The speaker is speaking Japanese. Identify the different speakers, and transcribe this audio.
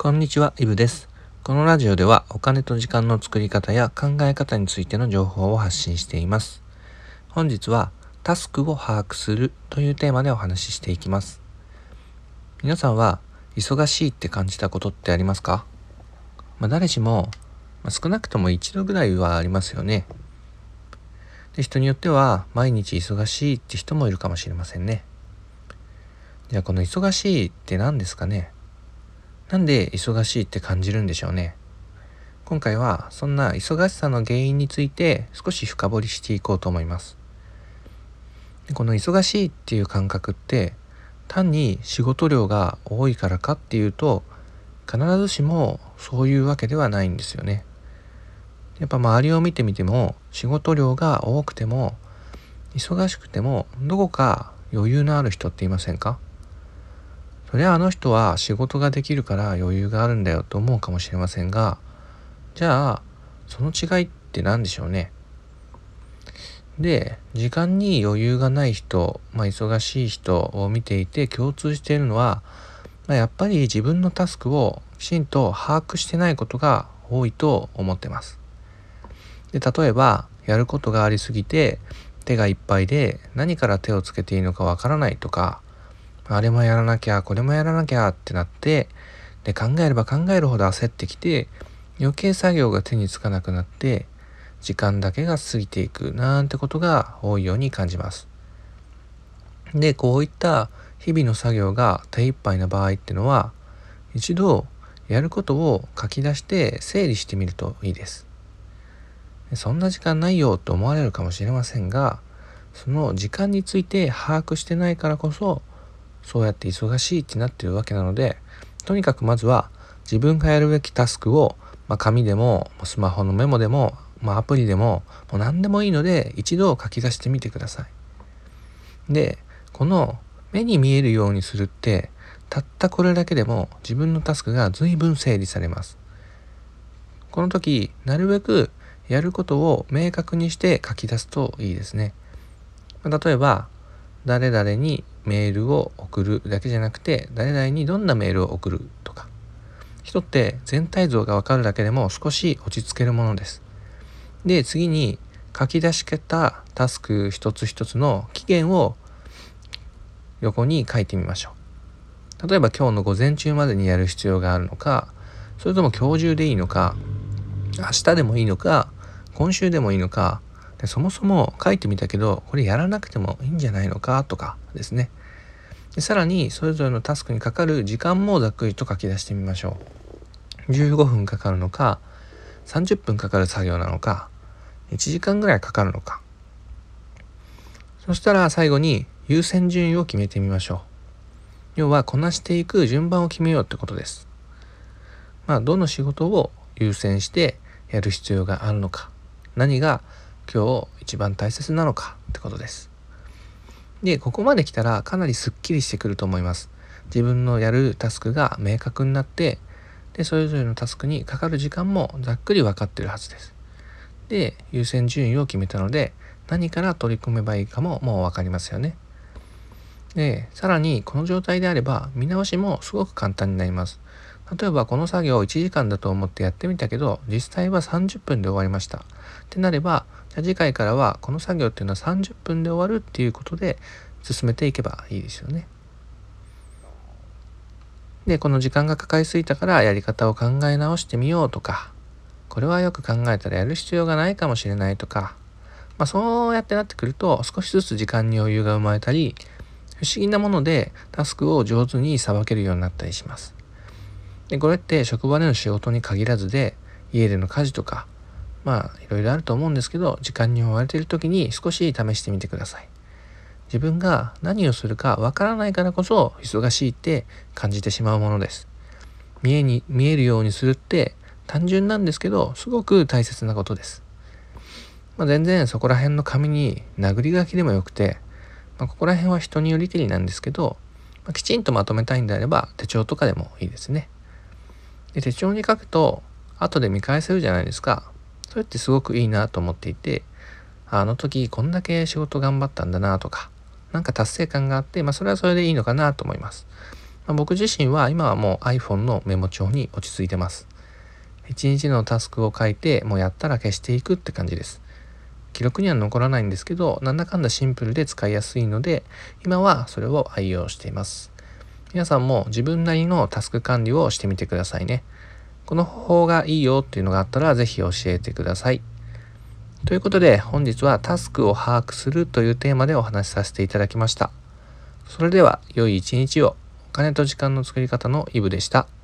Speaker 1: こんにちは、イブです。このラジオではお金と時間の作り方や考え方についての情報を発信しています。本日はタスクを把握するというテーマでお話ししていきます。皆さんは忙しいって感じたことってありますか？誰しも、少なくとも一度ぐらいはありますよね。で、人によっては毎日忙しいって人もいるかもしれませんね。じゃあこの忙しいって何ですかね？なんで忙しいって感じるんでしょうね。今回はそんな忙しさの原因について少し深掘りしていこうと思います。で、この忙しいっていう感覚って単に仕事量が多いからかっていうと必ずしもそういうわけではないんですよね。やっぱ周りを見てみても仕事量が多くても忙しくてもどこか余裕のある人っていませんか？そりゃあの人は仕事ができるから余裕があるんだよと思うかもしれませんが、じゃあその違いって何でしょうね。で、時間に余裕がない人、忙しい人を見ていて共通しているのは、やっぱり自分のタスクをきちんと把握してないことが多いと思ってます。で、例えばやることがありすぎて手がいっぱいで何から手をつけていいのかわからないとか、あれもやらなきゃこれもやらなきゃってなって、で考えれば考えるほど焦ってきて余計作業が手につかなくなって時間だけが過ぎていくなんてことが多いように感じます。で、こういった日々の作業が手一杯な場合ってのは一度やることを書き出して整理してみるといいです。そんな時間ないよと思われるかもしれませんが、その時間について把握してないからこそそうやって忙しいってなってるわけなので、とにかくまずは自分がやるべきタスクを、紙でもスマホのメモでも、アプリでも何でもいいので一度書き出してみてください。で、この目に見えるようにするってたったこれだけでも自分のタスクが随分整理されます。この時なるべくやることを明確にして書き出すといいですね。例えば誰々にメールを送るだけじゃなくて誰々にどんなメールを送るとか、人って全体像がわかるだけでも少し落ち着けるものです。で、次に書き出したタスク一つ一つの期限を横に書いてみましょう。例えば今日の午前中までにやる必要があるのか、それとも今日中でいいのか、明日でもいいのか、今週でもいいのか、でそもそも書いてみたけどこれやらなくてもいいんじゃないのかとかですね。で、さらにそれぞれのタスクにかかる時間もざっくりと書き出してみましょう。15分かかるのか、30分かかる作業なのか、1時間ぐらいかかるのか。そしたら最後に優先順位を決めてみましょう。要はこなしていく順番を決めようってことです。どの仕事を優先してやる必要があるのか、何が今日一番大切なのかってことです。で、ここまで来たらかなりスッキリしてくると思います。自分のやるタスクが明確になって、でそれぞれのタスクにかかる時間もざっくり分かっているはずです。で、優先順位を決めたので何から取り組めばいいかももう分かりますよね。で、さらにこの状態であれば見直しもすごく簡単になります。例えばこの作業を1時間だと思ってやってみたけど実際は30分で終わりましたってなれば、じゃあ次回からはこの作業っていうのは30分で終わるっていうことで進めていけばいいですよね。で、この時間がかかりすぎたからやり方を考え直してみようとか、これはよく考えたらやる必要がないかもしれないとか、そうやってなってくると少しずつ時間に余裕が生まれたり、不思議なものでタスクを上手にさばけるようになったりします。で、これって職場での仕事に限らずで、家での家事とか、いろいろあると思うんですけど、時間に追われている時に少し試してみてください。自分が何をするかわからないからこそ忙しいって感じてしまうものです。見えるようにするって単純なんですけどすごく大切なことです。全然そこら辺の紙に殴り書きでもよくて、ここら辺は人によりけりなんですけど、きちんとまとめたいんであれば手帳とかでもいいですね。で、手帳に書くと後で見返せるじゃないですか。それってすごくいいなと思っていて、あの時こんだけ仕事頑張ったんだなとか、なんか達成感があって、それはそれでいいのかなと思います。 僕自身は今はもう iPhone のメモ帳に落ち着いてます。1日のタスクを書いて、もうやったら消していくって感じです。記録には残らないんですけど、なんだかんだシンプルで使いやすいので、今はそれを愛用しています。皆さんも自分なりのタスク管理をしてみてくださいね。この方法がいいよっていうのがあったら、ぜひ教えてください。ということで、本日はタスクを把握するというテーマでお話しさせていただきました。それでは、良い一日を。お金と時間の作り方のイブでした。